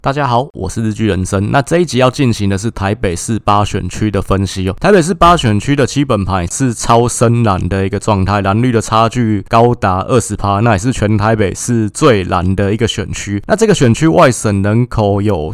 大家好，我是日剧人生。那这一集要进行的是台北市8选区的分析哦。台北市8选区的基本盘是超深蓝的一个状态，蓝绿的差距高达 20%， 那也是全台北市最蓝的一个选区。那这个选区外省人口有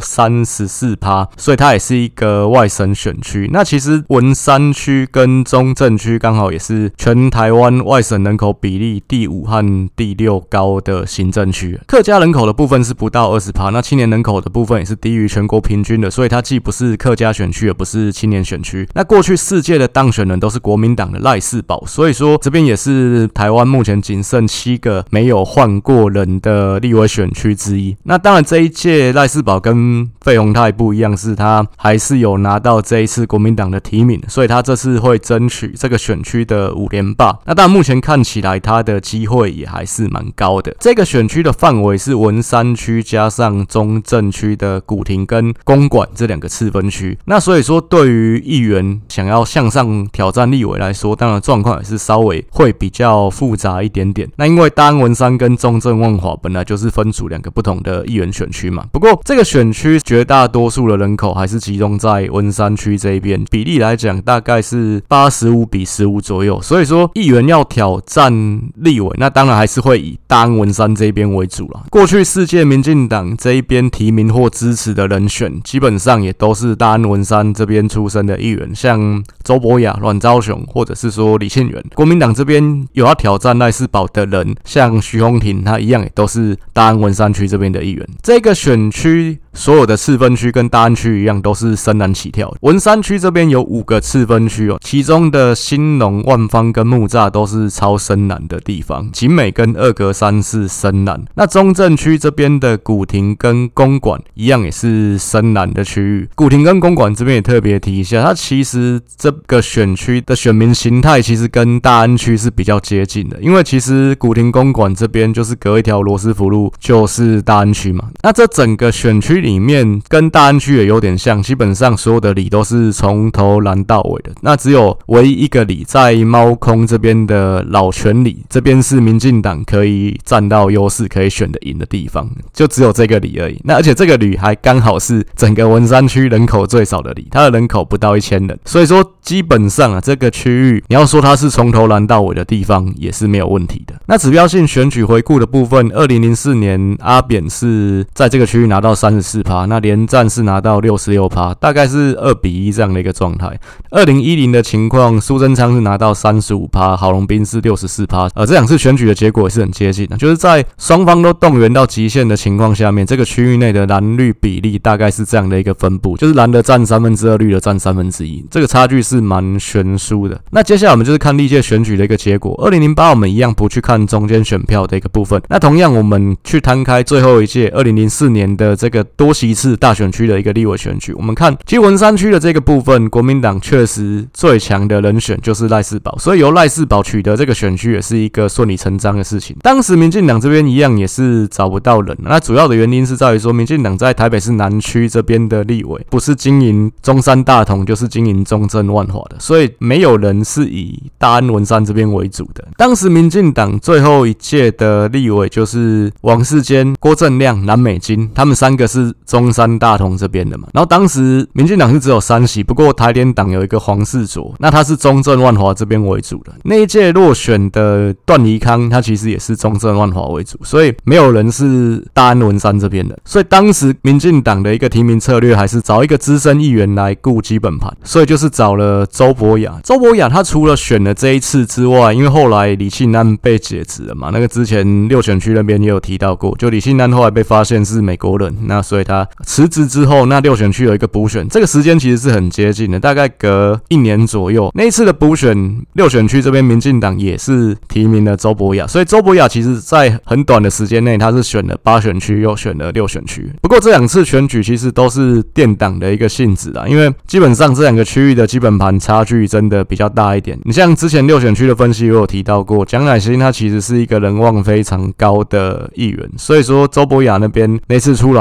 34%， 所以它也是一个外省选区。那其实文山区跟中正区刚好也是全台湾外省人口比例第5和第6高的行政区。客家人口的部分是不到 20%， 那青年人口的部分也是低于全国平均的，所以它既不是客家选区，也不是青年选区。那过去4届的当选人都是国民党的赖士葆，所以说这边也是台湾目前仅剩7个没有换过人的立委选区之一。那当然这一届赖士葆跟费鸿泰不一样，是他还是有拿到这一次国民党的提名，所以他这次会争取这个选区的5连霸。那当然目前看起来他的机会也还是蛮高的。这个选区的范围是文山区加上中正区的古亭跟公馆这2个次分区，那所以说对于议员想要向上挑战立委来说，当然状况也是稍微会比较复杂一点点。那因为大安文山跟中正万华本来就是分属2个不同的议员选区嘛，不过这个选区绝大多数的人口还是集中在文山区这一边，比例来讲大概是85:15左右，所以说议员要挑战立委，那当然还是会以大安文山这一边为主啦。过去4届民进党这一边提名或支持的人选，基本上也都是大安文山这边出身的议员，像周伯雅、阮昭雄，或者是说李庆元。国民党这边有要挑战赖士葆的人，像徐宏庭，他一样也都是大安文山区这边的议员。这个选区所有的次分区跟大安区一样，都是深蓝起跳。文山区这边有5个次分区哦，其中的兴隆、万芳跟木栅都是超深蓝的地方，景美跟二格山是深蓝。那中正区这边的古亭跟公馆一样也是深蓝的区域。古亭跟公馆这边也特别提一下，它其实这个选区的选民形态其实跟大安区是比较接近的，因为其实古亭公馆这边就是隔一条罗斯福路就是大安区嘛。那这整个选区里面跟大安区也有点像，基本上所有的里都是从头蓝到尾的，那只有唯一一个里在猫空这边的老全里，这边是民进党可以占到优势可以选的赢的地方，就只有这个里而已。那而且这个里还刚好是整个文山区人口最少的里，它的人口不到1000人，所以说基本上这个区域你要说它是从头蓝到尾的地方也是没有问题的。那指标性选举回顾的部分，2004年阿扁是在这个区域拿到 34%， 那连战是拿到 66%， 大概是2:1这样的一个状态。2010的情况，苏贞昌是拿到 35%， 郝龙斌是 64%， 这2次选举的结果也是很接近的，就是在双方都动员到极限的情况下面，这个区域内的蓝绿比例大概是这样的一个分布，就是蓝的占2/3，绿的占1/3，这个差距是蛮悬殊的。那接下来我们就是看历届选举的一个结果。2008我们一样不去看中间选票的一个部分，那同样我们去摊开最后一届2004年的这个多席次大选区的一个立委选举，我们看其实文山区的这个部分，国民党确实最强的人选就是赖士葆，所以由赖士葆取得这个选区也是一个顺理成章的事情。当时民进党这边一样也是找不到人，那主要的原因是在于说民进党在台北市南区这边的立委不是经营中山大同就是经营中正万华的，所以没有人是以大安文山这边为主的。当时民进党最后一届的立委就是王世坚、郭正亮、蓝美金，他们3个是中山大同这边的嘛。然后当时民进党是只有3席，不过台联党有一个黄世卓，那他是中正万华这边为主的。那一届落选的段宜康，他其实也是中正万华为主，所以没有人是大安文山这边的。所以当时民进党的一个提名策略还是找一个资深议员来顾基本盘，所以就是找了周伯雅。周伯雅他除了选了这一次之外，因为后来李庆安被解职了嘛，那个之前6选区那边也有提到过，就李庆安后来被发现是美国人，那所以他辞职之后，那6选区有一个补选，这个时间其实是很接近的，大概隔1年左右。那一次的补选6选区这边民进党也是提名了周伯雅，所以周伯雅其实在很短的时间内他是选了8选区又选了6选区。不过这2次选举其实都是电党的一个性质啦，因为基本上这2个区域的基本盘差距真的比较大一点。你像之前6选区的分析我有提到过，蒋乃馨他其实是一个人望非常高的议员，所以说周伯雅那边那次出来其实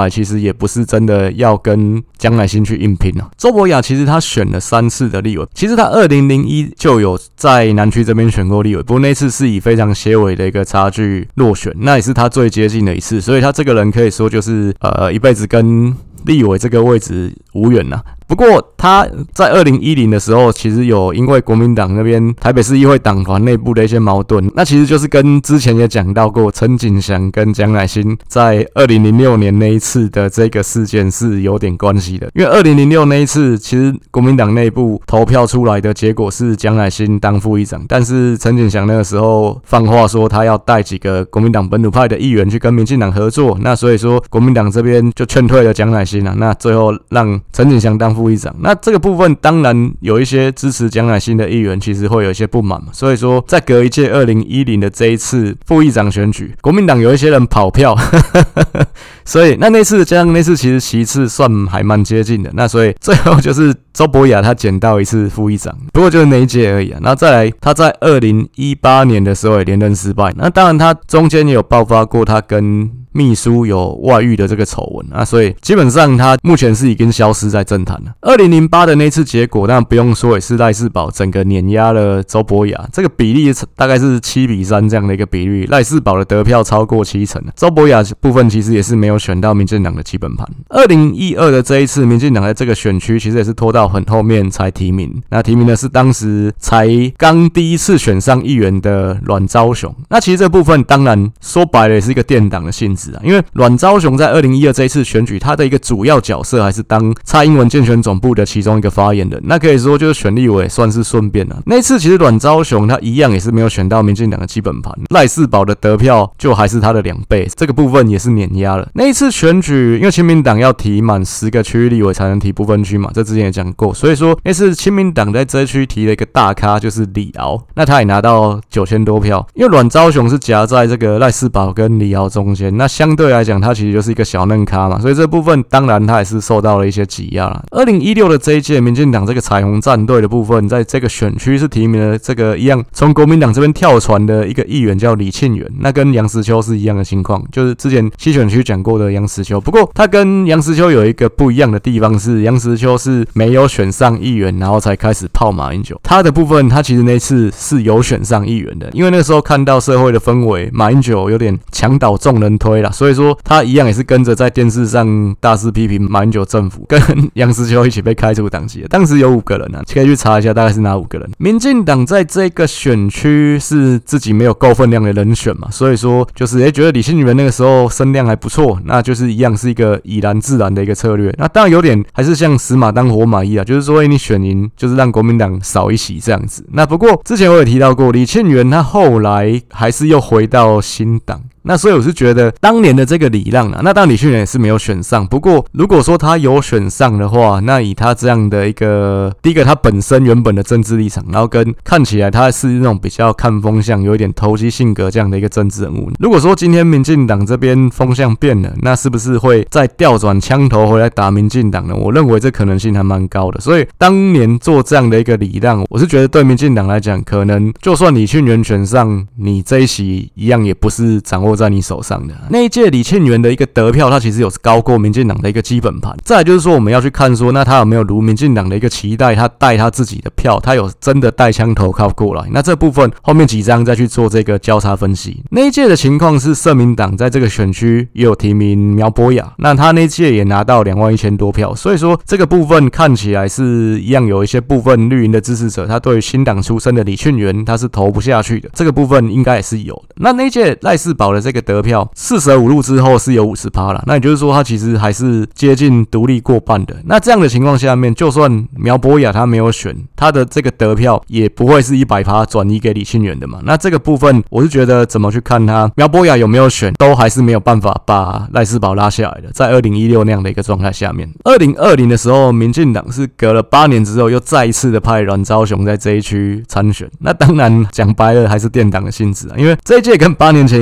也不是真的要跟蒋乃馨去硬拼啊。周伯雅其实他选了3次的立委，其实他2001就有在南区这边选过立委，不过那次是以非常些微的一个差距落选，那也是他最接近的一次，所以他这个人可以说就是一辈子跟立委这个位置无缘啊。不过他在2010的时候，其实有因为国民党那边台北市议会党团内部的一些矛盾，那其实就是跟之前也讲到过陈景祥跟蒋乃馨在2006年那一次的这个事件是有点关系的。因为2006那一次，其实国民党内部投票出来的结果是蒋乃馨当副议长，但是陈景祥那个时候放话说他要带几个国民党本土派的议员去跟民进党合作，那所以说国民党这边就劝退了蒋乃馨啊，那最后让陈景祥当副议长。那这个部分当然有一些支持蒋乃馨的议员其实会有一些不满嘛，所以说在隔一届2010的这一次副议长选举，国民党有一些人跑票所以那次加上那次其实席次算还蛮接近的，那所以最后就是周伯雅他捡到一次副议长，不过就是那一届而已啊。然后再来他在2018年的时候也连任失败，那当然他中间也有爆发过他跟秘书有外遇的这个丑闻啊，所以基本上他目前是已经消失在政坛了。2008的那次结果，当然不用说，也是赖士葆整个碾压了周伯雅，这个比例大概是7-3这样的一个比率，赖士葆的得票超过70%，周伯雅部分其实也是没有选到民进党的基本盘。2012的这一次，民进党在这个选区其实也是拖到很后面才提名，那提名的是当时才刚第一次选上议员的阮昭雄。那其实这部分当然说白了也是一个电党的性质。因为阮昭雄在2012这一次选举，他的一个主要角色还是当蔡英文竞选总部的其中一个发言人，那可以说就是选立委算是顺便了。那一次其实阮昭雄他一样也是没有选到民进党的基本盘，赖士葆的得票就还是他的2倍，这个部分也是碾压了。那一次选举，因为亲民党要提满10个区域立委才能提不分区嘛，这之前也讲过，所以说那次亲民党在这一区提了一个大咖，就是李敖，那他也拿到9000多票。因为阮昭雄是夹在这个赖士葆跟李敖中间，那相对来讲他其实就是一个小嫩咖嘛，所以这部分当然他也是受到了一些挤压啦。2016的这一届民进党这个彩虹战队的部分，在这个选区是提名了这个一样从国民党这边跳船的一个议员叫李庆元，那跟杨实秋是一样的情况，就是之前西选区讲过的杨实秋，不过他跟杨实秋有一个不一样的地方是，杨实秋是没有选上议员然后才开始泡马英九，他的部分他其实那次是有选上议员的，因为那个时候看到社会的氛围，马英九有点墙倒众人推啦，所以说他一样也是跟着在电视上大肆批评马英九政府，跟杨实秋一起被开除党籍。当时有5个人啊，可以去查一下大概是哪5个人。民进党在这个选区是自己没有够分量的人选嘛，所以说就是觉得李庆元那个时候声量还不错，那就是一样是一个以然自然的一个策略。那当然有点还是像死马当活马医啊，就是说你选赢就是让国民党少一席这样子。那不过之前我也提到过，李庆元他后来还是又回到新党。那所以我是觉得当年的这个礼让啊，那当然李庆元也是没有选上，不过如果说他有选上的话，那以他这样的一个第一个他本身原本的政治立场，然后跟看起来他是那种比较看风向有一点投机性格这样的一个政治人物，如果说今天民进党这边风向变了，那是不是会再调转枪头回来打民进党呢？我认为这可能性还蛮高的，所以当年做这样的一个礼让，我是觉得对民进党来讲，可能就算李庆元选上，你这一席一样也不是掌握在你手上的。那一届李庆元的一个得票，他其实有高过民进党的一个基本盘。再来就是说，我们要去看说，那他有没有如民进党的一个期待，他带他自己的票，他有真的带枪投靠过来。那这部分后面几章再去做这个交叉分析。那一届的情况是，社民党在这个选区也有提名苗博雅，那他那一届也拿到21000多票，所以说这个部分看起来是一样有一些部分绿营的支持者，他对于新党出身的李庆元他是投不下去的，这个部分应该也是有的。那一届赖士葆的这个得票4舍5入之后是有 50% 啦，那也就是说他其实还是接近独立过半的。那这样的情况下面，就算苗博雅他没有选，他的这个得票也不会是100% 转移给李庆元的嘛。那这个部分我是觉得怎么去看他苗博雅有没有选，都还是没有办法把赖士葆拉下来的，在2016那样的一个状态下面。2020的时候，民进党是隔了8年之后又再一次的派阮昭雄在这一区参选，那当然讲白了还是电党的性质啊，因为这一届跟8年前一样，阮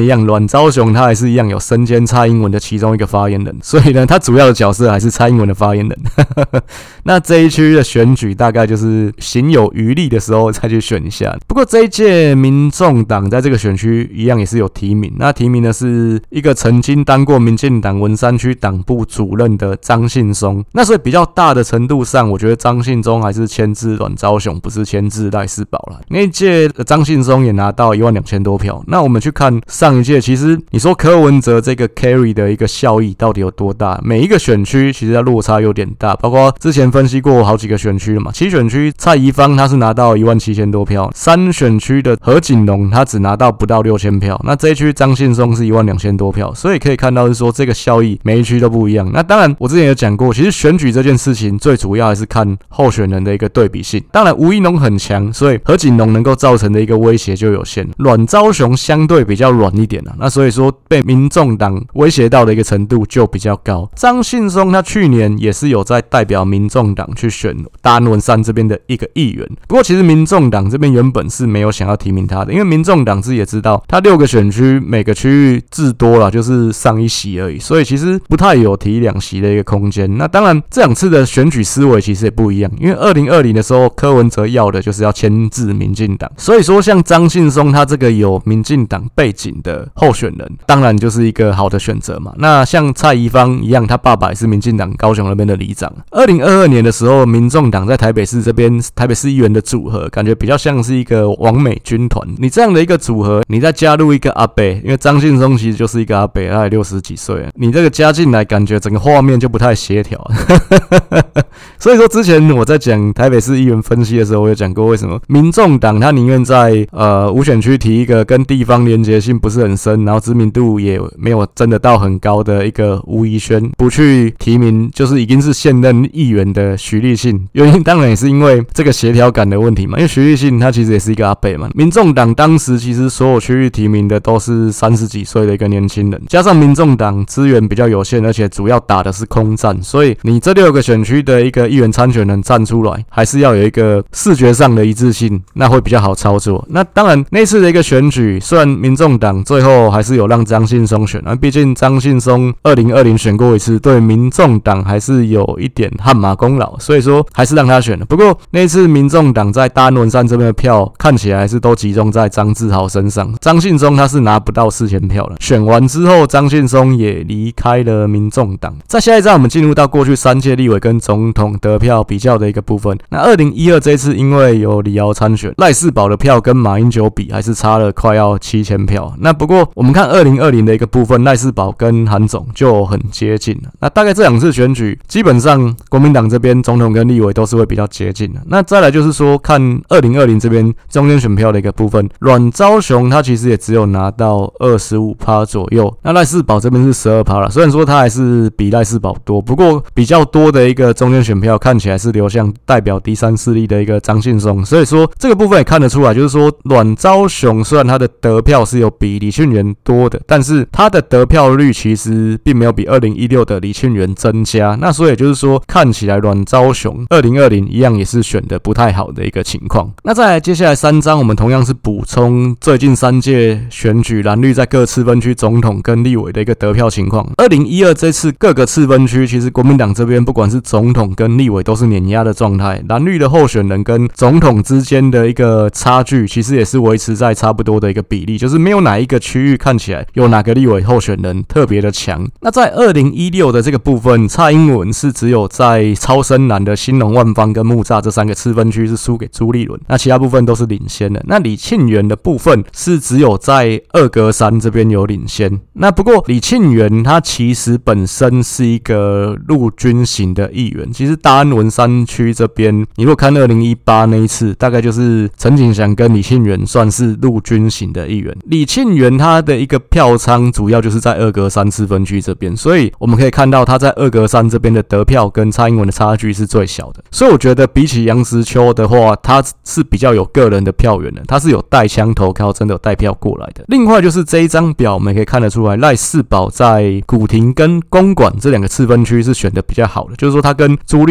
阮昭雄他还是一样有身兼蔡英文的其中一个发言人，所以呢，他主要的角色还是蔡英文的发言人。那这一区的选举大概就是行有余力的时候再去选一下。不过这一届民众党在这个选区一样也是有提名，那提名的是一个曾经当过民进党文山区党部主任的张信松。那所以比较大的程度上，我觉得张信松还是牵制阮昭雄，不是牵制赖士葆啦。那一届张信松也拿到12000多票。那我们去看上一届，其实你说柯文哲这个 carry 的一个效益到底有多大？每一个选区其实它落差有点大，包括之前分析过好几个选区了嘛。7选区蔡宜芳他是拿到17000多票，3选区的何锦龙他只拿到不到6000票，那这一区张信松是12000多票，所以可以看到是说这个效益每一区都不一样。那当然我之前有讲过，其实选举这件事情最主要还是看候选人的一个对比性。当然吴怡农很强，所以何锦龙能够造成的一个威胁就有限，阮昭雄相对比较软一点啊，那所以说被民众党威胁到的一个程度就比较高。张信松他去年也是有在代表民众党去选大安文山这边的一个议员，不过其实民众党这边原本是没有想要提名他的，因为民众党自己也知道他6个选区每个区域至多啦就是上1席而已，所以其实不太有提2席的一个空间。那当然这2次的选举思维其实也不一样，因为2020的时候柯文哲要的就是要牵制民进党，所以说像张信松他这个有民进党背景的候选人当然就是一个好的选择嘛。那像蔡宜芳一样，他爸爸也是民进党高雄那边的里长。2022年的时候，民众党在台北市这边台北市议员的组合感觉比较像是一个网美军团，你这样的一个组合，你再加入一个阿伯，因为张信松其实就是一个阿伯，他也60几岁了，你这个加进来感觉整个画面就不太协调。所以说之前我在讲台北市议员分析的时候，我有讲过为什么民众党他宁愿在五选区提一个跟地方连结性不是很深，然后知名度也没有真的到很高的一个吴怡轩，不去提名就是已经是现任议员的徐立信。原因当然也是因为这个协调感的问题嘛，因为徐立信他其实也是一个阿伯嘛。民众党当时其实所有区域提名的都是30几岁的一个年轻人，加上民众党资源比较有限，而且主要打的是空战，所以你这6个选区的一个议员参选人站出来，还是要有一个视觉上的一致性，那会比较好操作。那当然那次的一个选举，虽然民众党最后还是有让张信松选，毕竟张信松2020选过一次，对民众党还是有一点汗马功劳，所以说还是让他选了。不过那次民众党在大安文山这边的票看起来还是都集中在张志豪身上，张信松他是拿不到4000票了。选完之后，张信松也离开了民众党。在下一站，我们进入到过去3届立委跟总统得票比较的一个部分。那2012这一次，因为有李敖参选，赖士葆的票跟马英九比还是差了快要7000票。那不过我们看2020的一个部分，赖士葆跟韩总就很接近了。那大概这2次选举，基本上国民党这边总统跟立委都是会比较接近的。那再来就是说，看2020这边中间选票的一个部分，阮昭雄他其实也只有拿到25%左右，那赖士葆这边是12%了。虽然说他还是比赖士葆多，不过比较多的一个中间选票看起来是流向代表第三势力的一个张信松，所以说这个部分也看得出来，就是说阮昭雄虽然他的得票是有比李庆元多的，但是他的得票率其实并没有比2016的李庆元增加。那所以也就是说，看起来阮昭雄2020一样也是选的不太好的一个情况。那再来接下来3章，我们同样是补充最近3届选举蓝绿在各次分区总统跟立委的一个得票情况。2012这次各个次分区，其实国民党这边不管是总统跟立委都是碾压的状态，蓝绿的候选人跟总统之间的一个差距，其实也是维持在差不多的一个比例，就是没有哪一个区域看起来有哪个立委候选人特别的强。那在2016的这个部分，蔡英文是只有在超深蓝的兴隆、万芳跟木栅这3个次分区是输给朱立伦，那其他部分都是领先的。那李庆元的部分是只有在二格山这边有领先。那不过李庆元他其实本身是一个陆军型的议员，其实大安文山区这边，你如果看2018那一次，大概就是陈景祥跟李庆元算是陆军型的议员。李庆元他的一个票仓主要就是在二格山次分区这边，所以我们可以看到他在二格山这边的得票跟蔡英文的差距是最小的。所以我觉得比起杨石秋的话，他是比较有个人的票源的，他是有带枪投靠，真的有带票过来的。另外就是这一张表，我们可以看得出来，赖士葆在古亭跟公馆这2个次分区是选的比较好的，就是说他跟朱立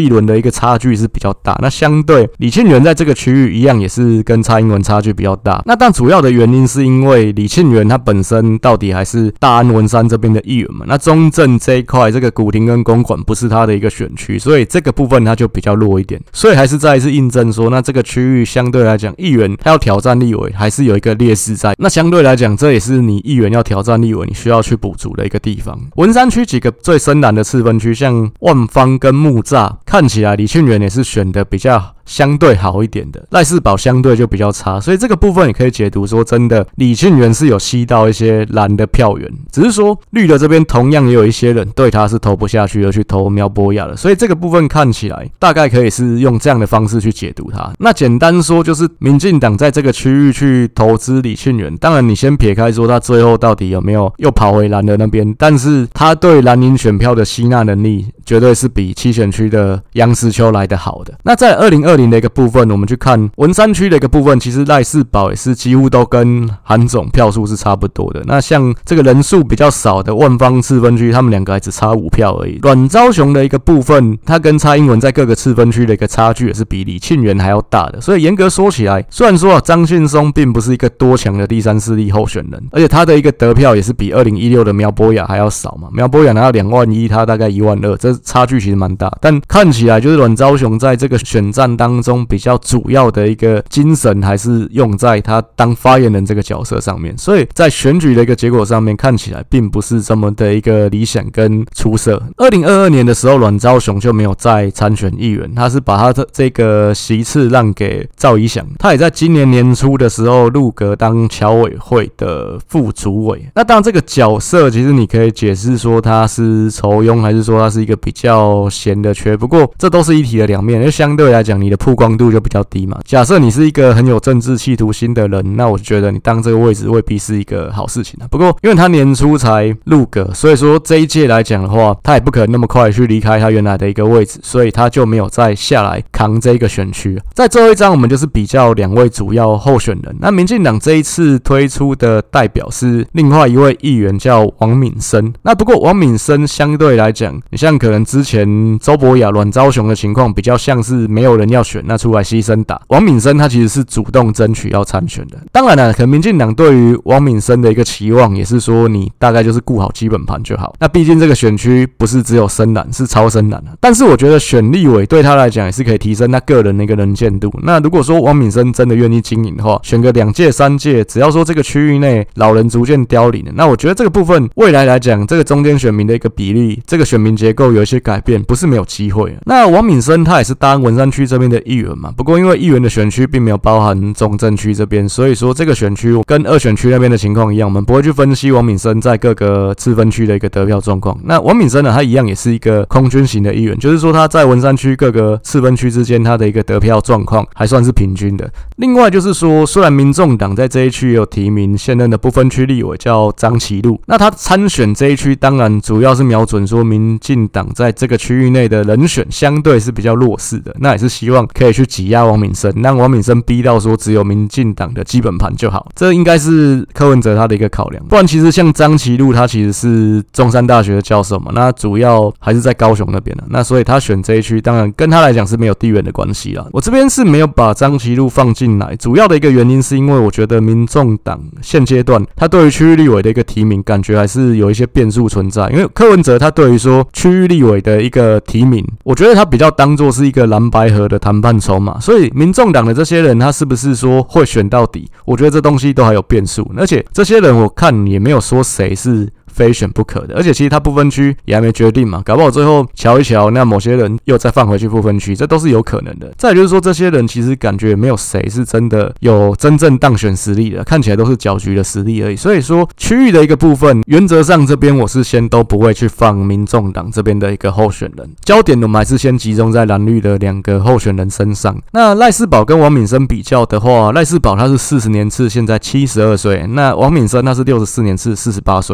一轮的一个差距是比较大。那相对李庆元在这个区域一样也是跟蔡英文差距比较大。那但主要的原因是因为李庆元他本身到底还是大安文山这边的议员嘛，那中正这一块这个古亭跟公馆不是他的一个选区，所以这个部分他就比较弱一点。所以还是再一次印证说，那这个区域相对来讲，议员他要挑战立委还是有一个劣势在。那相对来讲，这也是你议员要挑战立委你需要去补足的一个地方。文山区几个最深蓝的次分区，像万芳跟木栅，看起来李庆元也是选的比较相对好一点的，赖士葆相对就比较差，所以这个部分也可以解读说，真的李庆元是有吸到一些蓝的票源，只是说绿的这边同样也有一些人对他是投不下去而去投苗博雅的，所以这个部分看起来大概可以是用这样的方式去解读它。那简单说就是民进党在这个区域去投资李庆元，当然你先撇开说他最后到底有没有又跑回蓝的那边，但是他对蓝营选票的吸纳能力绝对是比七选区的杨石秋来得好的。那在2020的一个部分，我们去看文山区的一个部分，其实赖士葆也是几乎都跟韩总票数是差不多的。那像这个人数比较少的万芳次分区，他们两个还只差5票而已。阮昭雄的一个部分，他跟蔡英文在各个次分区的一个差距也是比李庆元还要大的。所以严格说起来，虽然说张信松并不是一个多强的第三势力候选人，而且他的一个得票也是比2016的苗博雅还要少嘛。苗博雅拿到2万1，他大概1万2，这差距其实蛮大。但看起来就是阮昭雄在这个选战当中比较主要的一个精神还是用在他当发言人这个角色上面，所以在选举的一个结果上面看起来并不是这么的一个理想跟出色。2022年的时候，阮昭雄就没有再参选议员，他是把他的这个席次让给赵怡翔，他也在今年年初的时候入阁当侨委会的副主委。那当然这个角色其实你可以解释说他是酬庸，还是说他是一个比较闲的缺，不过这都是一体的两面，因为相对来讲你的曝光度就比较低嘛。假设你是一个很有政治企图心的人，那我觉得你当这个位置未必是一个好事情啊。不过因为他年初才入阁，所以说这一届来讲的话，他也不可能那么快去离开他原来的一个位置，所以他就没有再下来扛这个选区。在最后一章我们就是比较2位主要候选人。那民进党这一次推出的代表是另外一位议员叫王敏生。那不过王敏生相对来讲，你像可能之前周伯雅、阮昭雄的情况比较像是没有人要选，那出来牺牲打。王敏生他其实是主动争取要参选的。当然了，可能民进党对于王敏生的一个期望也是说，你大概就是顾好基本盘就好。那毕竟这个选区不是只有深蓝，是超深蓝。但是我觉得选立委对他来讲也是可以提升他个人的一个能见度。那如果说王敏生真的愿意经营的话，选个2届3届，只要说这个区域内老人逐渐凋零，那我觉得这个部分未来来讲，这个中间选民的一个比例，这个选民结构有一些改变，不是没有机会。那王敏生他也是大安文山区这边的议员嘛，不过因为议员的选区并没有包含中正区这边，所以说这个选区跟2选区那边的情况一样，我们不会去分析王敏生在各个次分区的一个得票状况。那王敏生呢，他一样也是一个空军型的议员，就是说他在文山区各个次分区之间，他的一个得票状况还算是平均的。另外就是说，虽然民众党在这一区也有提名现任的不分区立委叫张其禄，那他参选这一区当然主要是瞄准说民进党在这个区域内的人选相对是比较弱势的，那也是希望可以去挤压王敏生，让王敏生逼到说只有民进党的基本盘就好，这应该是柯文哲他的一个考量。不然其实像张其禄他其实是中山大学的教授嘛，那主要还是在高雄那边的，那所以他选这一区当然跟他来讲是没有地缘的关系啦。我这边是没有把张其禄放进来，主要的一个原因是因为我觉得民众党现阶段他对于区域立委的一个提名感觉还是有一些变数存在，因为柯文哲他对于说区域立委的一个提名，我觉得他比较当作是一个蓝白合的谈判筹码，所以民众党的这些人他是不是说会选到底，我觉得这东西都还有变数，而且这些人我看也没有说谁是非选不可的，而且其实他不分区也还没决定嘛，搞不好最后瞧一瞧，那某些人又再放回去不分区，这都是有可能的。再来就是说，这些人其实感觉也没有谁是真的有真正当选实力的，看起来都是搅局的实力而已。所以说区域的一个部分，原则上这边我是先都不会去放民众党这边的一个候选人，焦点我们还是先集中在蓝绿的2个候选人身上。那赖士葆跟王敏生比较的话，赖士葆他是40年次，现在72岁，那王敏生他是64年次，48岁，所以赖士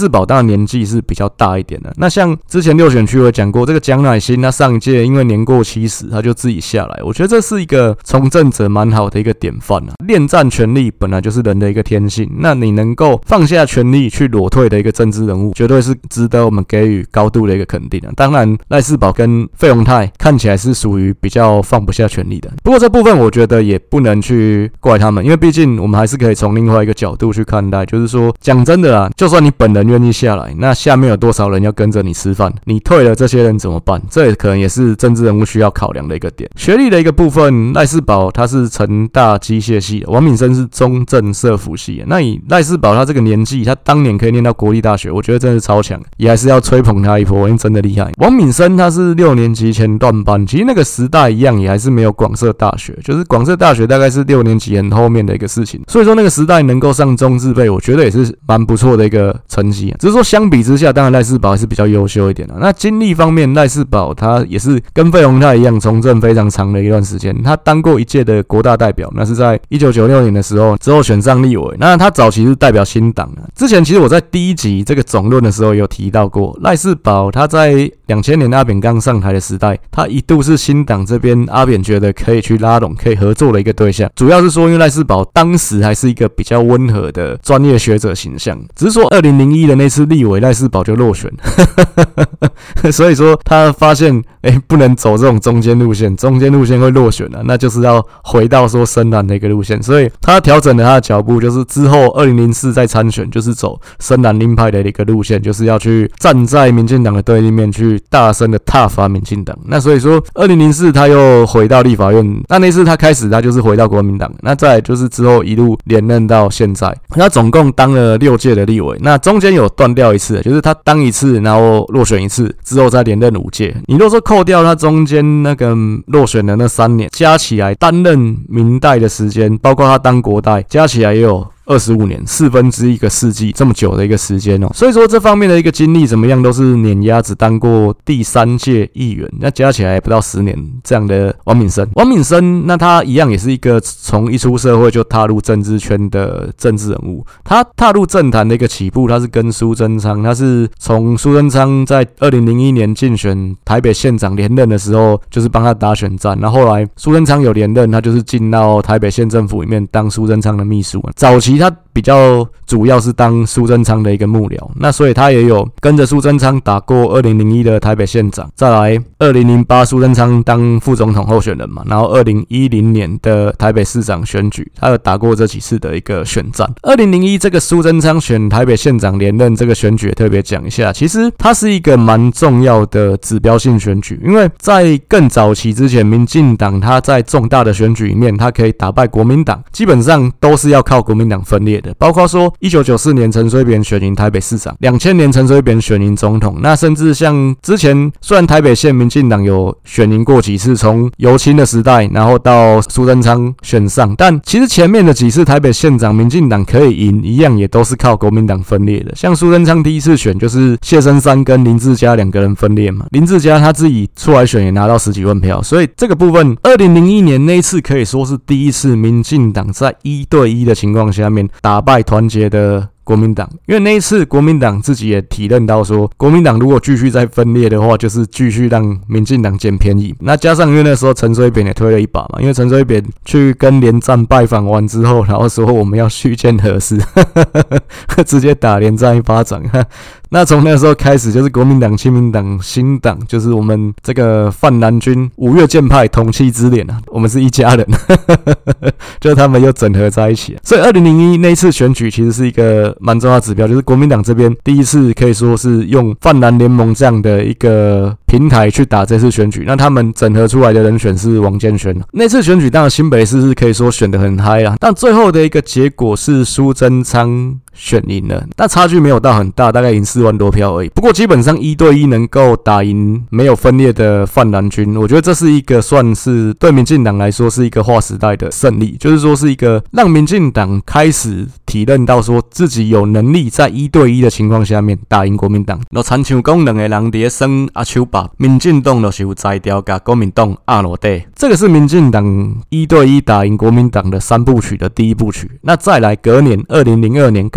士宝当然年纪是比较大一点的。那像之前6选区我有讲过，这个蒋乃馨他上一届因为年过70，他就自己下来，我觉得这是一个从政者蛮好的一个典范啊。恋战权力本来就是人的一个天性，那你能够放下权力去裸退的一个政治人物，绝对是值得我们给予高度的一个肯定啊。当然赖士葆跟费鸿泰看起来是属于比较放不下权力的，不过这部分我觉得也不能去怪他们，因为毕竟我们还是可以从另外一个角度去看待，就是说讲真的啦，就算你本人愿意下来，那下面有多少人要跟着你吃饭，你退了这些人怎么办？这可能也是政治人物需要考量的一个点。学历的一个部分，赖士葆他是成大机械系的，王敏生是中正社福系的。那以赖士葆他这个年纪，他当年可以念到国立大学，我觉得真的是超强，也还是要吹捧他一波，因为真的厉害。王敏生他是6年级前段班，其实那个时代一样，也还是没有广设大学，就是广设大学大概是6年级很后面的一个事情，所以说那个时代能够上中字辈，我觉得也是蛮不错的一个成绩啊。只是说相比之下，当然赖士葆还是比较优秀一点啊。那经历方面，赖士葆他也是跟费鸿泰一样从政非常长的一段时间，他当过一届的国大代表，那是在1996年的时候，之后选上立委。那他早期是代表新党啊。之前其实我在第1集这个总论的时候有提到过，赖士葆他在2000年阿扁刚上台的时代，他一度是新党这边阿扁觉得可以去拉拢、可以合作的一个对象。主要是说，因为赖士葆当时还是一个比较温和的专业学者形象，只是说2001的那次立委，赖士葆就落选，所以说他发现，不能走这种中间路线，中间路线会落选啊，那就是要回到说深蓝的一个路线，所以他调整了他的脚步，就是之后2004再参选，就是走深蓝鹰派的一个路线，就是要去站在民进党的对立面，去大声的挞伐民进党。那所以说2004他又回到立法院，那次他开始他就是回到国民党，那再来就是之后一路连任到现在，他总共当了6届的立委，那中间有断掉一次，就是他当一次，然后落选一次，之后再连任5届。你如果说扣掉他中间那个落选的那3年，加起来担任民代的时间，包括他当国代，加起来也有25年，1/4个世纪这么久的一个时间哦。所以说这方面的一个经历怎么样，都是碾压只当过第3届议员，那加起来不到10年这样的王敏生。王敏生那他一样也是一个从一出社会就踏入政治圈的政治人物。他踏入政坛的一个起步，他是跟苏贞昌，他是从苏贞昌在2001年竞选台北县长连任的时候，就是帮他打选战，然后后来苏贞昌有连任，他就是进到台北县政府里面当苏贞昌的秘书。早期他比较主要是当苏贞昌的一个幕僚，那所以他也有跟着苏贞昌打过2001的台北县长，再来2008苏贞昌当副总统候选人嘛，然后2010年的台北市长选举，他有打过这几次的一个选战。2001这个苏贞昌选台北县长连任这个选举也特别讲一下，其实它是一个蛮重要的指标性选举，因为在更早期之前，民进党他在重大的选举里面，他可以打败国民党，基本上都是要靠国民党分裂的，包括说1994年陈水扁选赢台北市长，2000年陈水扁选赢总统，那甚至像之前虽然台北县民进党有选赢过几次，从尤清的时代，然后到苏贞昌选上，但其实前面的几次台北县长民进党可以赢，一样也都是靠国民党分裂的。像苏贞昌第一次选就是谢生山跟林志嘉2个人分裂嘛，林志嘉他自己出来选也拿到10几万票，所以这个部分2001年那一次可以说是第一次民进党在1对1的情况下面打败团结的国民党，因为那一次国民党自己也体认到说，国民党如果继续再分裂的话，就是继续让民进党捡便宜。那加上因为那时候陈水扁也推了一把嘛，因为陈水扁去跟连战拜访完之后，然后说我们要续建核四，直接打连战一巴掌。那从那个时候开始，就是国民党、亲民党、新党，就是我们这个泛蓝军、五岳剑派同气之恋啊，我们是一家人，就他们又整合在一起。所以2001那一次选举其实是一个蛮重要的指标，就是国民党这边第一次可以说是用泛蓝联盟这样的一个平台去打这次选举。那他们整合出来的人选是王建煊。那次选举当然新北市是可以说选得很嗨啊，但最后的一个结果是苏贞昌选赢了，但差距没有到很大，大概赢4万多票而已。不过基本上1对1能够打赢没有分裂的泛蓝军，我觉得这是一个算是对民进党来说是一个划时代的胜利，就是说是一个让民进党开始体认到说自己有能力在1对1的情况下面打赢国民党。就亲像讲2个人在耍阿手把，民进党就是有才调甲国民党压落底，这个是民进党1对1打赢国民党的3部曲的第一部曲。那再来隔年2002年高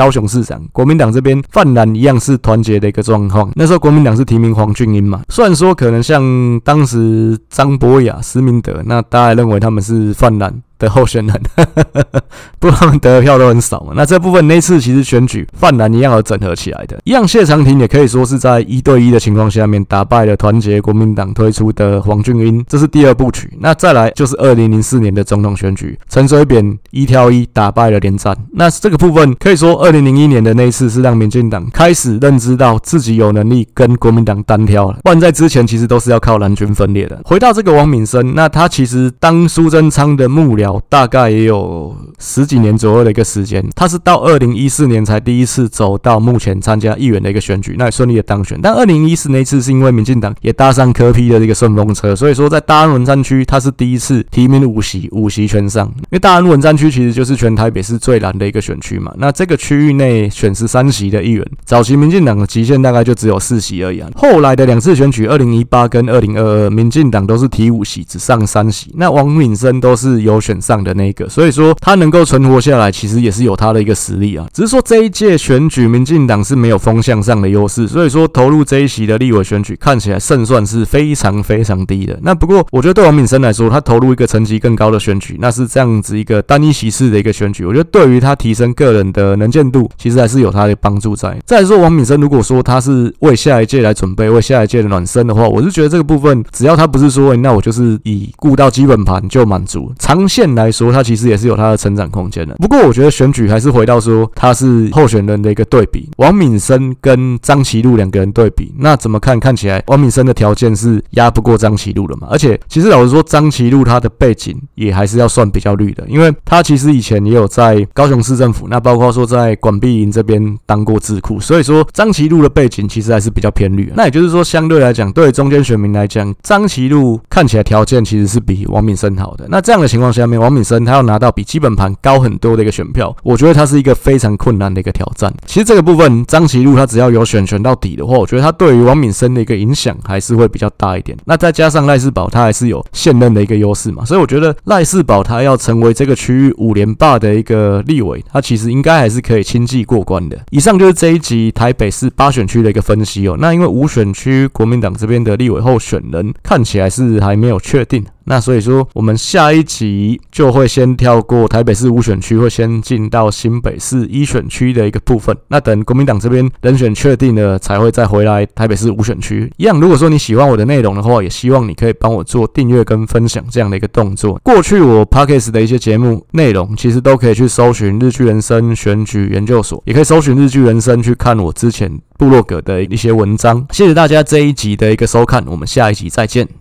高雄市长，国民党这边泛蓝一样是团结的一个状况。那时候国民党是提名黄俊英嘛，虽然说可能像当时张博雅、施明德，那大家认为他们是泛蓝的候选人，不过他们得的票都很少嘛。那这部分那次其实选举泛蓝一样有整合起来的，一样谢长廷也可以说是在1对1的情况下面打败了团结国民党推出的黄俊英，这是第2部曲。那再来就是2004年的总统选举，陈水扁1挑1打败了连战。那这个部分可以说2001年的那一次是让民进党开始认知到自己有能力跟国民党单挑了，不然在之前其实都是要靠蓝军分裂的。回到这个王敏生，那他其实当苏贞昌的幕僚大概也有10几年左右的一个时间，他是到2014年才第一次走到目前参加议员的一个选举，那也顺利的当选。但2014那一次是因为民进党也搭上柯 P 的这个顺风车，所以说在大安文山区他是第一次提名5席全上。因为大安文山区其实就是全台北市最蓝的一个选区嘛，那这个区域内选13席的议员，早期民进党的极限大概就只有4席而已啊。后来的2次选举2018跟2022，民进党都是提5席只上3席，那王敏生都是有选上的那个，所以说他能够存活下来，其实也是有他的一个实力啊。只是说这一届选举，民进党是没有风向上的优势，所以说投入这一席的立委选举，看起来胜算是非常非常低的。那不过，我觉得对王敏生来说，他投入一个层级更高的选举，那是这样子一个单一席次的一个选举，我觉得对于他提升个人的能见度，其实还是有他的帮助在。再来说，王敏生如果说他是为下一届来准备，为下一届的暖身的话，我是觉得这个部分，只要他不是说，那我就是以顾到基本盘就满足，长线来说，他其实也是有他的成长空间的。不过我觉得选举还是回到说他是候选人的一个对比，王敏生跟张其禄2个人对比，那怎么看？看起来王敏生的条件是压不过张其禄了嘛。而且其实老实说，张其禄他的背景也还是要算比较绿的，因为他其实以前也有在高雄市政府，那包括说在管碧营这边当过智库，所以说张其禄的背景其实还是比较偏绿。那也就是说，相对来讲，对中间选民来讲，张其禄看起来条件其实是比王敏生好的。那这样的情况下面，王敏生他要拿到比基本盘高很多的一个选票，我觉得他是一个非常困难的一个挑战。其实这个部分，张其禄他只要有选到底的话，我觉得他对于王敏生的一个影响还是会比较大一点。那再加上赖士葆他还是有现任的一个优势嘛，所以我觉得赖士葆他要成为这个区域5连霸的一个立委，他其实应该还是可以轻骑过关的。以上就是这一集台北市8选区的一个分析哦。那因为5选区国民党这边的立委候选人看起来是还没有确定，那所以说我们下一集就会先跳过台北市5选区，会先进到新北市1选区的一个部分。那等国民党这边人选确定了，才会再回来台北市5选区。一样，如果说你喜欢我的内容的话，也希望你可以帮我做订阅跟分享这样的一个动作。过去我 Podcast 的一些节目内容，其实都可以去搜寻日剧人生选举研究所，也可以搜寻日剧人生去看我之前部落格的一些文章。谢谢大家这一集的一个收看，我们下一集再见。